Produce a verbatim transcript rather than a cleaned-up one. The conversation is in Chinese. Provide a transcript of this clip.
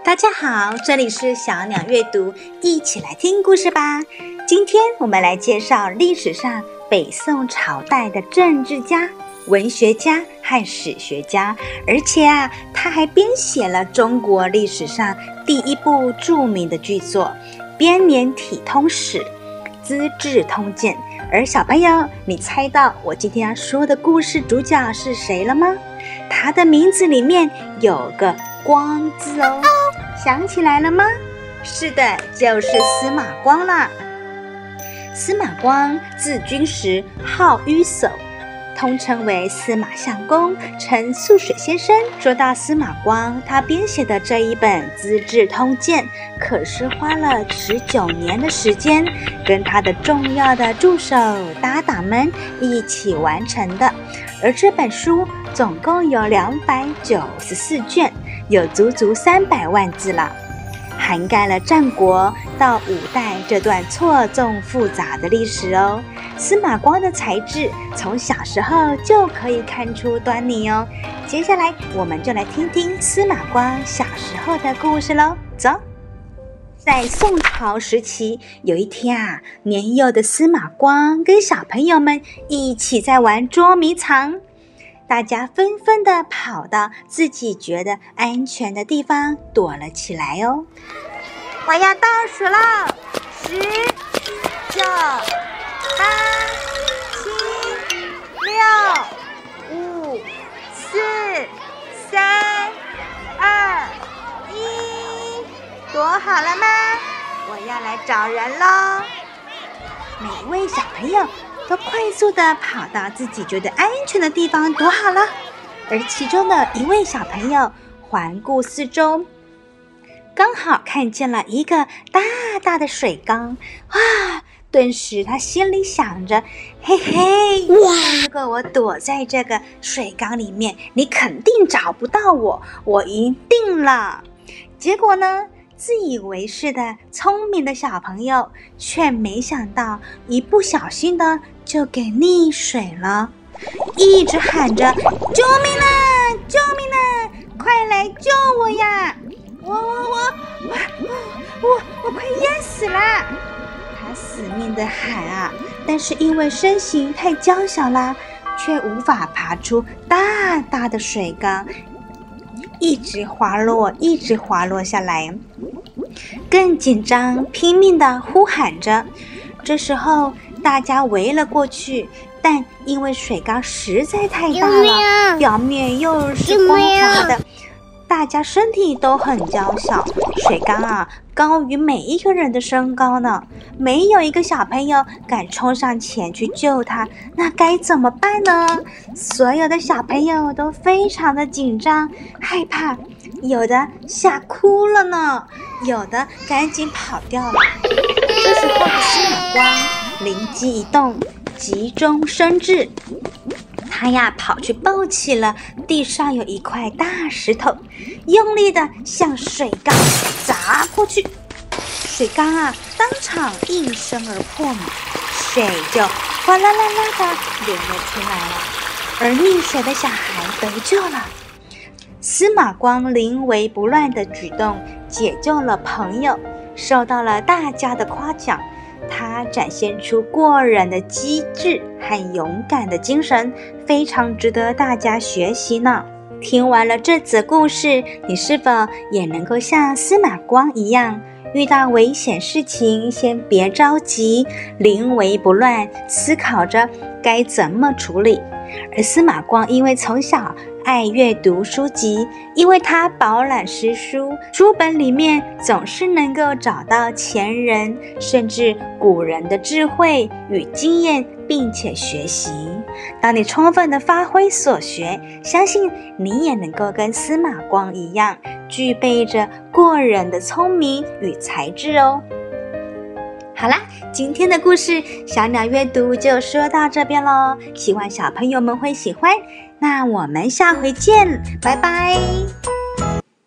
大家好，这里是小鸟阅读，一起来听故事吧。今天我们来介绍历史上北宋朝代的政治家、文学家和史学家，而且啊，他还编写了中国历史上第一部著名的巨作《编年体通史》《资治通鉴》。而小朋友，你猜到我今天要说的故事主角是谁了吗？他的名字里面有个光字哦，想起来了吗？是的，就是司马光啦。司马光字君实，号迂叟，通称为司马相公。陈素水先生说到司马光，他编写的这一本《资治通鉴》可是花了十九年的时间，跟他的重要的助手搭档们一起完成的。而这本书总共有两百九十四卷，有足足三百万字了，涵盖了战国到五代这段错综复杂的历史哦。司马光的才智从小时候就可以看出端倪哦。接下来我们就来听听司马光小时候的故事咯。走。在宋朝时期，有一天啊，年幼的司马光跟小朋友们一起在玩捉迷藏，大家纷纷地跑到自己觉得安全的地方躲了起来哦。我要倒数了，十、九、八、七、六、五、四、三、二、一，躲好了吗？我要来找人咯。每一位小朋友都快速地跑到自己觉得安全的地方躲好了，而其中的一位小朋友环顾四周，刚好看见了一个大大的水缸，哇！顿时他心里想着，嘿嘿，哇！如果我躲在这个水缸里面，你肯定找不到我，我赢定了。结果呢，自以为是的聪明的小朋友，却没想到一不小心的就给溺水了，一直喊着救命啊救命啊，快来救我呀，我我我我我我快淹死了。他死命的喊啊，但是因为身形太娇小啦，却无法爬出大大的水缸，一直滑落一直滑落下来，更紧张，拼命地呼喊着。这时候大家围了过去，但因为水缸实在太大了，表面又是光滑的，大家身体都很娇小，水缸啊高于每一个人的身高呢，没有一个小朋友敢冲上前去救他，那该怎么办呢？所有的小朋友都非常的紧张害怕，有的吓哭了呢，有的赶紧跑掉了。这时候的司马光灵机一动，急中生智，他呀跑去抱起了地上有一块大石头，用力的向水缸砸过去，水缸啊当场应声而破嘛，水就哗啦啦啦的流了出来了，而溺水的小孩得救了。司马光临危不乱的举动解救了朋友，受到了大家的夸奖，他展现出过人的机智和勇敢的精神，非常值得大家学习呢。听完了这则故事，你是否也能够像司马光一样，遇到危险事情先别着急，临危不乱，思考着该怎么处理？而司马光因为从小爱阅读书籍，因为他饱览诗书，书本里面总是能够找到前人甚至古人的智慧与经验，并且学习。当你充分的发挥所学，相信你也能够跟司马光一样，具备着过人的聪明与才智哦。好啦，今天的故事小鸟阅读就说到这边咯，希望小朋友们会喜欢。那我们下回见，拜拜。